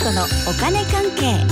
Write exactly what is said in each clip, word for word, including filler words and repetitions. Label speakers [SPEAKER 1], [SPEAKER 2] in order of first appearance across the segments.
[SPEAKER 1] 子のお金関係。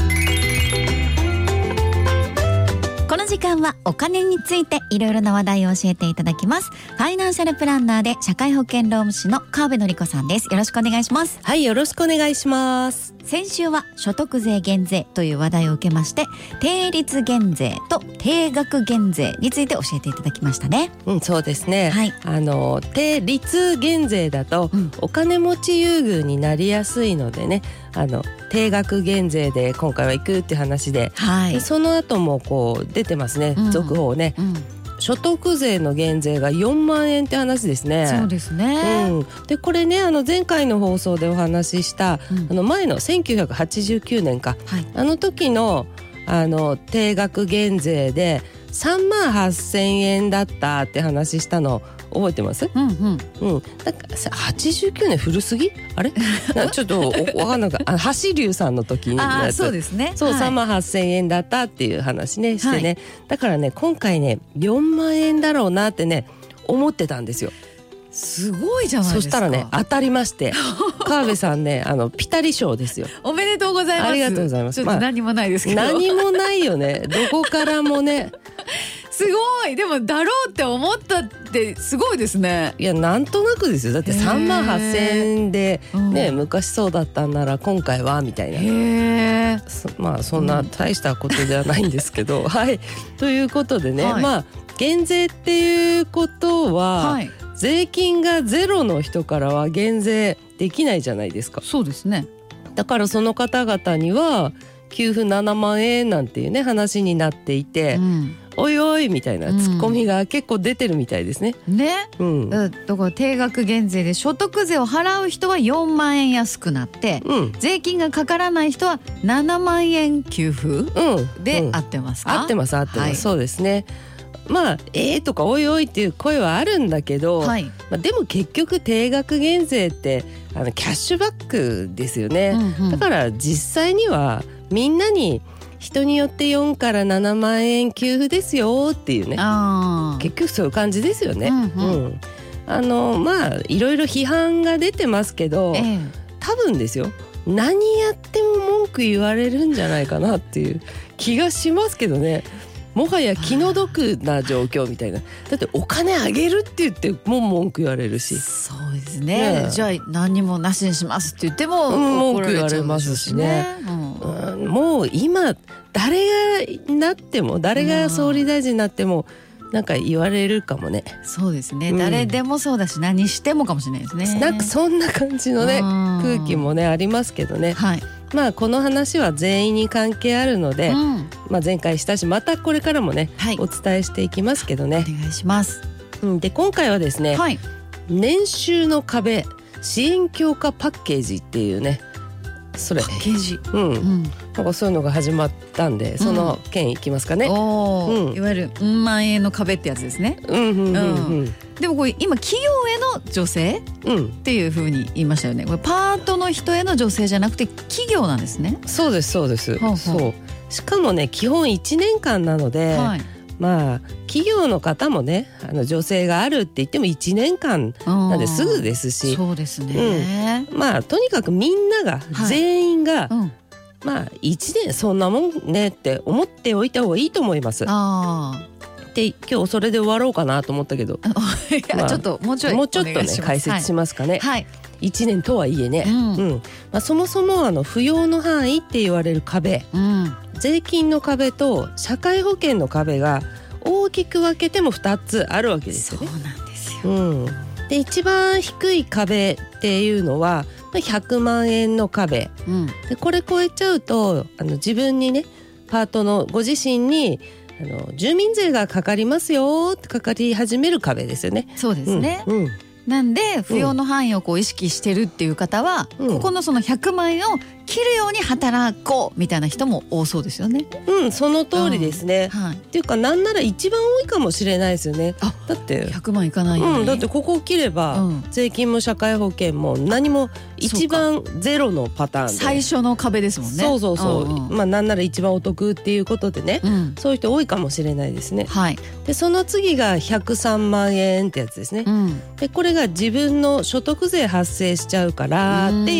[SPEAKER 1] この時間はお金についていろいろな話題を教えていただきます。ファイナンシャルプランナーで社会保険労務士の川辺典子さんです。よろしくお願いします。
[SPEAKER 2] はい、よろしくお願いします。
[SPEAKER 1] 先週は所得税減税という話題を受けまして、定率減税と定額減税について教えていただきましたね。
[SPEAKER 2] うん、そうですね、
[SPEAKER 1] はい、
[SPEAKER 2] あの定率減税だと、うん、お金持ち優遇になりやすいのでね、あの定額減税で今回は行くって話で、はい、でその後もこう出てますね、うん、続報ね、うん、所得税の減税がよんまんえんって話ですね。
[SPEAKER 1] そうですね、
[SPEAKER 2] うん、でこれね、あの前回の放送でお話しした、うん、あの前のせんきゅうひゃくはちじゅうきゅうねんか、はい、あの時の、あの定額減税でさんまんはっせんえんだったって話したの覚えてます？うんうんうん、だからはちじゅうきゅうねん古すぎ？あれちょっと分かんなかった橋龍さんの時に
[SPEAKER 1] あそうですね、
[SPEAKER 2] そう、はい、さんまんはっせんえんだったっていう話ねしてね、はい、だからね今回ねよんまんえんだろうなってね思ってたんですよ。
[SPEAKER 1] すごいじゃないですか。
[SPEAKER 2] そしたらね当たりまして川辺さんね、あのピタリ賞ですよ。
[SPEAKER 1] おめでとうございます。
[SPEAKER 2] ありがとうございます。
[SPEAKER 1] ちょっと何もないですけど、
[SPEAKER 2] まあ、何もないよねどこからもね
[SPEAKER 1] すごい。でもだろうって思ったってすごいですね。
[SPEAKER 2] いやなんとなくですよ。だってさんまんはっせんえんで、ね、うん、昔そうだったんなら今回はみたいな。へまあそんな大したことではないんですけど、うん、はいということでね、はい、まあ減税っていうことは、はい、税金がゼロの人からは減税できないじゃないですか。
[SPEAKER 1] そうですね。
[SPEAKER 2] だからその方々には給付ななまんえんなんていうね話になっていて、うん、おいおいみたいなツッコミが結構出てるみたいですね、
[SPEAKER 1] うん、ね、うん、だから定額減税で所得税を払う人はよんまんえん安くなって、うん、税金がかからない人はななまんえん給付、うん、で合ってますか？
[SPEAKER 2] 合ってます合ってます、はい、そうですね。まあえーとかおいおいっていう声はあるんだけど、はい、まあ、でも結局定額減税ってあのキャッシュバックですよね、うんうん、だから実際にはみんなに人によってよんからななまんえん給付ですよっていうね、あ結局そういう感じですよね、うんうんうん、あのまあいろいろ批判が出てますけど、ええ、多分ですよ何やっても文句言われるんじゃないかなっていう気がしますけどね。もはや気の毒な状況みたいな。だってお金あげるって言っても文句言われるし。
[SPEAKER 1] そうですね、ね、じゃあ何にもなしにしますって言っても、うん、
[SPEAKER 2] 文句言われますしね、うんうん、もう今誰がなっても誰が総理大臣になってもなんか言われるかもね。
[SPEAKER 1] そうですね、うん、誰でもそうだし何してもかもしれないですね。
[SPEAKER 2] なんかそんな感じのね空気もねありますけどね、はい、まあこの話は全員に関係あるので、うん、まあ、前回したしまたこれからもね、はい、お伝えしていきますけどね。
[SPEAKER 1] お願いします、
[SPEAKER 2] うん、で今回はですね、はい、年収の壁支援強化パッケージっていうね、それ
[SPEAKER 1] パッケージ、
[SPEAKER 2] うんうん、なんかそういうのが始まったんでその件いきますかね、うん
[SPEAKER 1] おうん、いわゆるうん万円の壁ってやつですね、うんうんうんうん、でもこれ今企業への助成、うん、っていう風に言いましたよね。これパートの人への助成じゃなくて企業なんですね。
[SPEAKER 2] そうですそうです、ほうほう、そうしかもね基本いちねんかんなので、はい、まあ企業の方もねあの助成があるって言ってもいちねんかんなんですぐですし、
[SPEAKER 1] そうですね、
[SPEAKER 2] うん、まあとにかくみんなが、はい、全員が、うん、まあいちねんそんなもんねって思っておいた方がいいと思います。あで今日それで終わろうかなと思ったけど
[SPEAKER 1] いや、まあ、ちょっともうちょい
[SPEAKER 2] もうちょっとね解説しますかね、はい、いちねんとはいえね、うんうんまあ、そもそもあの扶養の範囲って言われる壁、うん、税金の壁と社会保険の壁が大きく分けてもふたつあるわけですよね。
[SPEAKER 1] そうなんですよ、
[SPEAKER 2] うん、で一番低い壁っていうのはひゃくまんえんの壁、うん、でこれ超えちゃうとあの自分にねパートのご自身にあの住民税がかかりますよってかかり始める壁ですよね。
[SPEAKER 1] そうですね、うんうん、なんで扶養の範囲をこう意識してるっていう方は、うん、ここのそのひゃくまんえんを切るように働こうみたいな人も多そうですよね。
[SPEAKER 2] うんその通りですね、うんはい、っていうかなんなら一番多いかもしれないですよね。
[SPEAKER 1] あだってひゃくまんいかないように、
[SPEAKER 2] うん、だってここを切れば、うん、税金も社会保険も何も一番ゼロのパターンで
[SPEAKER 1] 最初の壁ですもんね。
[SPEAKER 2] そうそうそう、うんうん、まあなんなら一番お得っていうことでね、うん、そういう人多いかもしれないですね、はい、でその次がひゃくさんまんえんってやつですね、うん、でこれが自分の所得税発生しちゃうからっていう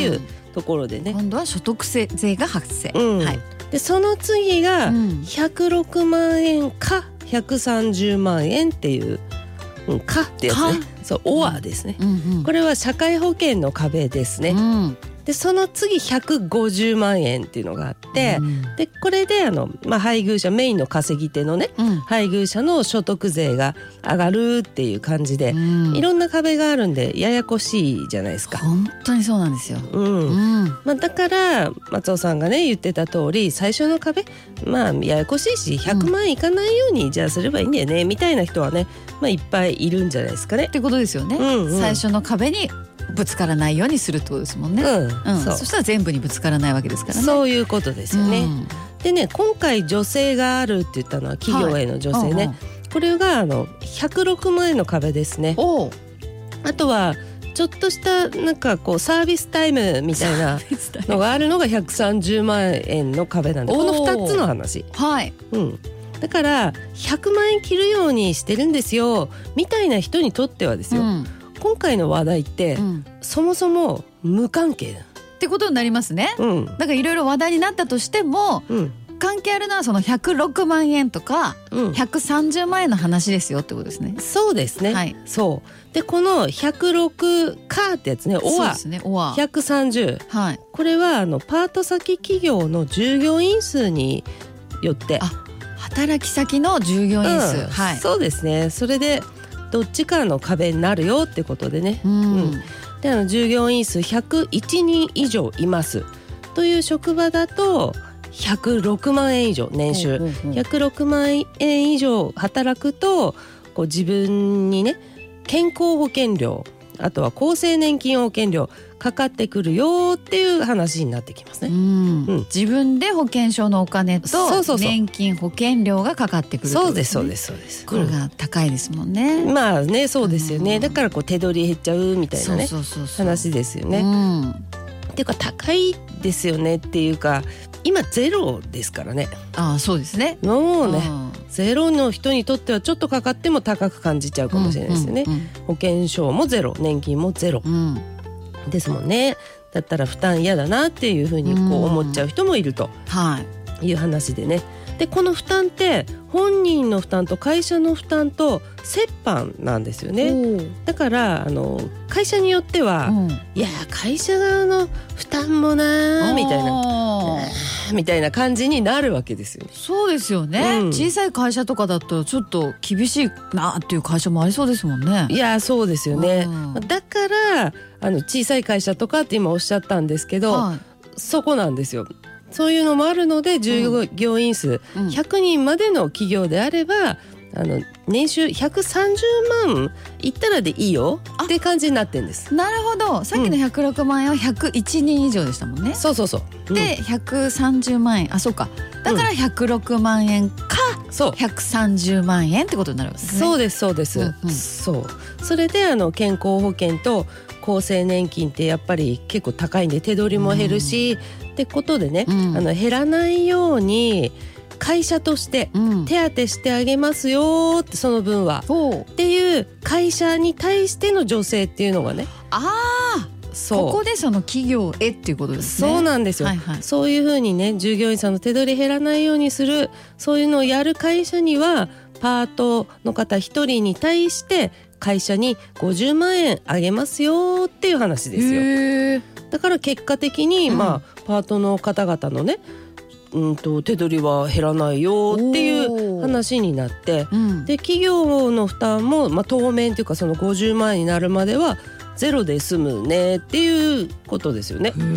[SPEAKER 2] ところでね、
[SPEAKER 1] 今度は所得税が発生、
[SPEAKER 2] うん
[SPEAKER 1] はい、
[SPEAKER 2] でその次がひゃくろくまんえんかひゃくさんじゅうまんえんっていう、うん、かってやつね、そう、オアですね、うんうんうん、これは社会保険の壁ですね、うん、でその次ひゃくごじゅうまんえんっていうのがあって、うん、でこれであの、まあ、配偶者メインの稼ぎ手のね、うん、配偶者の所得税が上がるっていう感じで、うん、いろんな壁があるんでややこしいじゃないですか。
[SPEAKER 1] 本当にそうなんですよ、うん
[SPEAKER 2] うんまあ、だから松尾さんがね言ってた通り、最初の壁、まあややこしいしひゃくまんえんいかないように、うん、じゃあすればいいんだよねみたいな人はね、まあ、いっぱいいるんじゃないですかね
[SPEAKER 1] ってことですよね、うんうん、最初の壁にぶつからないようにするってことですもんね、うんうん、そ, そしたら全部にぶつからないわけですからね。
[SPEAKER 2] そういうことですよね、うん、でね、今回助成があるって言ったのは企業への助成ね、はい、これがあのひゃくろくまんえんの壁ですね。あとはちょっとしたなんかこうサービスタイムみたいなのがあるのがひゃくさんじゅうまんえんの壁なんで、このふたつの話、
[SPEAKER 1] はい
[SPEAKER 2] うん、だからひゃくまんえん切るようにしてるんですよみたいな人にとってはですよ、うん、今回の話題って、うん、そもそも無関係
[SPEAKER 1] ってことになりますね、うん、だからいろいろ話題になったとしても、うん、関係あるのはそのひゃくろくまんえんとか、うん、ひゃくさんじゅうまんえんの話ですよってことですね。
[SPEAKER 2] そうですね、はい、そうでこのひゃくろくかってやつね、オア、ね、ひゃくさんじゅう、はい、これはあのパート先企業の従業員数によって、
[SPEAKER 1] あ、働き先の従業員数、
[SPEAKER 2] うん、
[SPEAKER 1] はい、
[SPEAKER 2] そうですね、それでどっちかの壁になるよってことでね、うんうん、であの従業員数ひゃくいちにん以上いますという職場だとひゃくろくまんえん以上年収、うんうんうん、ひゃくろくまんえん以上働くとこう自分にね健康保険料、あとは厚生年金保険料かかってくるよっていう話になってきますね、うん
[SPEAKER 1] うん、自分で保険証のお金と年金保険料がかかってくる、ね、
[SPEAKER 2] そうですそうですそうです、
[SPEAKER 1] これが高いですもんね、
[SPEAKER 2] うん、まあねそうですよね、うん、だからこう手取り減っちゃうみたいなね話ですよね、うん、っていうか高いですよねっていうか今ゼロですからね。
[SPEAKER 1] ああそうですね、
[SPEAKER 2] もうね、ゼロの人にとってはちょっとかかっても高く感じちゃうかもしれないですよね、うんうんうん、保険証もゼロ、年金もゼロ、うん、ですもんね。だったら負担嫌だなっていうふうにこう思っちゃう人もいるという話でね、でこの負担って本人の負担と会社の負担と折半なんですよね。だからあの会社によっては、うん、いや会社側の負担もなみたいなみたいな感じになるわけですよね。
[SPEAKER 1] そうですよね、うん、小さい会社とかだとちょっと厳しいなっていう会社もありそうですもんね。
[SPEAKER 2] いやそうですよね、うん、だからあの小さい会社とかって今おっしゃったんですけど、はい、そこなんですよ。そういうのもあるので従業員数ひゃくにんまでの企業であれば、あの年収ひゃくさんじゅうまんいったらでいいよって感じになってるんです。
[SPEAKER 1] なるほど、さっきのひゃくろくまんえんはひゃくいちにん以上でしたもんね、
[SPEAKER 2] うん、そうそうそう、うん、
[SPEAKER 1] でひゃくさんじゅうまんえん、あそうか、だからひゃくろくまんえんか、うん、ひゃくさんじゅうまんえんってことになるわけですね。
[SPEAKER 2] そうですそうです、うんうん、そうそれであの健康保険と厚生年金ってやっぱり結構高いんで手取りも減るし、うん、ってことでね、うん、あの減らないように会社として手当してあげますよってその分は、うん、っていう会社に対しての助成っていうのがね、
[SPEAKER 1] あそうここでその企業へっていうことですね。
[SPEAKER 2] そうなんですよ、はいはい、そういうふうにね従業員さんの手取り減らないようにする、そういうのをやる会社にはパートの方一人に対して会社にごじゅうまんえんあげますよっていう話ですよ。へー、だから結果的に、うん、まあパートの方々のね、うんと手取りは減らないよっていう話になって、うん、で企業の負担も、まあ、当面というかそのごじゅうまんえんになるまではゼロで済むねっていうことですよね。うん、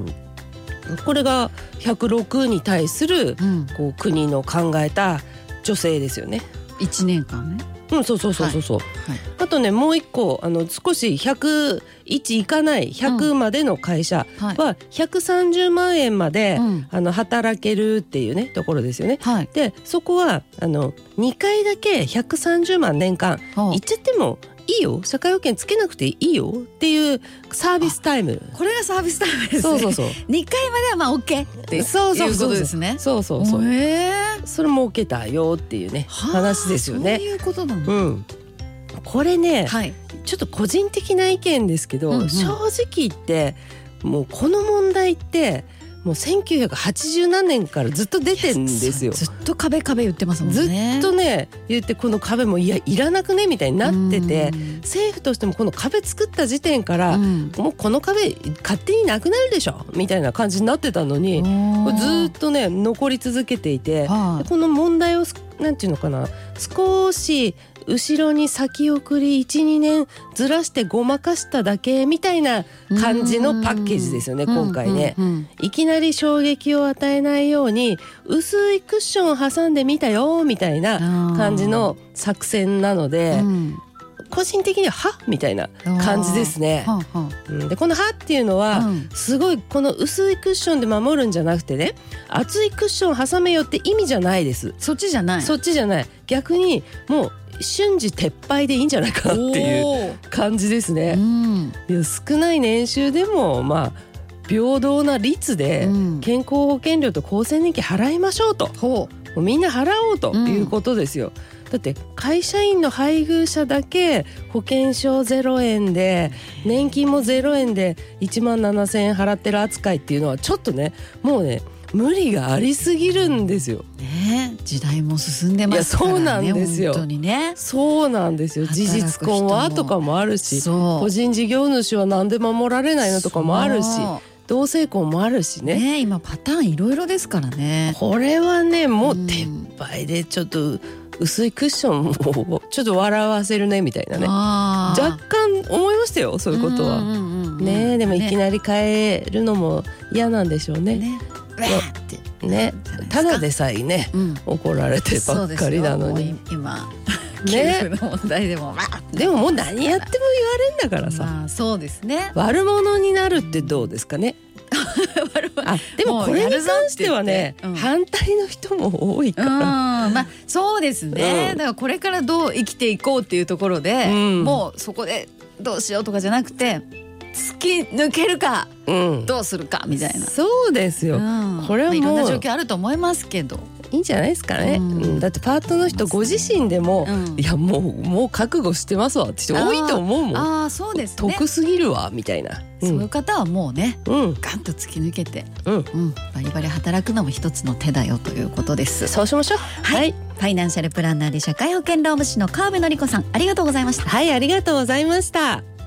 [SPEAKER 2] これがひゃくろくに対する、うん、こう国の考えた助成ですよね。
[SPEAKER 1] いちねんかんね。
[SPEAKER 2] うん、そうそうそうそうそう、はいはい、あとねもう一個あの少しひゃくいちいかないひゃくまでの会社はひゃくさんじゅうまんえんまで、うん、あの働けるっていうねところですよね、はい、でそこはあのにかいだけひゃくさんじゅうまん年間いっちゃってもいいよ、社会保険つけなくていいよっていうサービスタイム。
[SPEAKER 1] これがサービスタイムですね。
[SPEAKER 2] そうそうそう
[SPEAKER 1] にかいまではまあ OK っていうことですね。
[SPEAKER 2] そうそうそう、へー、それも OK だよっていうね話ですよね。
[SPEAKER 1] そういうことなの、
[SPEAKER 2] うん、これね、はい、ちょっと個人的な意見ですけど、うんうん、正直言ってもうこの問題ってもうせんきゅうひゃくはちじゅうなんねんからずっと出てんですよ。
[SPEAKER 1] ずっと壁壁言ってますもんね。
[SPEAKER 2] ずっとね言って、この壁もいやいらなくねみたいになってて、政府としてもこの壁作った時点から、うん、もうこの壁勝手になくなるでしょみたいな感じになってたのに、ずっとね残り続けていて、はあ、この問題をなんていうのかな、少し後ろに先送り いちにねんずらしてごまかしただけみたいな感じのパッケージですよね今回ね。いきなり衝撃を与えないように薄いクッションを挟んでみたよみたいな感じの作戦なので、個人的にははみたいな感じですね。はあはあ、でこのはっていうのは、うん、すごいこの薄いクッションで守るんじゃなくてね、厚いクッション挟めよって意味じゃないです。
[SPEAKER 1] そっちじゃない
[SPEAKER 2] そっちじゃない逆にもう瞬時撤廃でいいんじゃないかなっていう感じですね。うん、いや少ない年収でもまあ平等な率で健康保険料と厚生年金払いましょうと、うん、もうみんな払おうということですよ。うん、だって会社員の配偶者だけ保険証ゼロえんで年金もゼロえんでいちまんななせんえん払ってる扱いっていうのはちょっとねもうね無理がありすぎるんですよ。
[SPEAKER 1] ね、時代も進んでますからね。
[SPEAKER 2] いやそうなんですよ。
[SPEAKER 1] 本当にね。
[SPEAKER 2] そうなんですよ。事実婚はとかもあるし、個人事業主はなんで守られないのとかもあるし、同性婚もあるしね。
[SPEAKER 1] ね、今パターンいろいろですからね。
[SPEAKER 2] これはねもう撤廃でちょっと薄いクッションをちょっと笑わせるねみたいなね、若干思いましたよそういうことは。ね、でもいきなり変えるのも嫌なんでしょうね。ねね、ただでさえね、うん、怒られてばっかりなのに
[SPEAKER 1] 今給付の問題でも、
[SPEAKER 2] ね、でももう何やっても言われんだからさ、
[SPEAKER 1] まあ、そうですね。
[SPEAKER 2] 悪者になるってどうですかね。あでもこれに関してはね、うん、反対の人も多いから、うん、
[SPEAKER 1] まあ、そうですね、うん、だからこれからどう生きていこうっていうところで、うん、もうそこでどうしようとかじゃなくて突き抜けるか、うん、どうするかみたいな。
[SPEAKER 2] そうですよ、うん、これはもう、まあ、いろん
[SPEAKER 1] な状況あると思いますけど
[SPEAKER 2] いいんじゃないですかね。うんうん、だってパートの人ご自身でも、うん、いやもうもう覚悟してますわって人多いと思うもん。
[SPEAKER 1] ああそうですね。
[SPEAKER 2] 得すぎるわみたいな、
[SPEAKER 1] うん、そういう方はもうね、うん、ガンと突き抜けて、うんうん、バリバリ働くのも一つの手だよということです。
[SPEAKER 2] そうしましょう。
[SPEAKER 1] はい、はい、ファイナンシャルプランナーで社会保険労務士の川辺典子さんありがとうございました。
[SPEAKER 2] はい、ありがとうございました。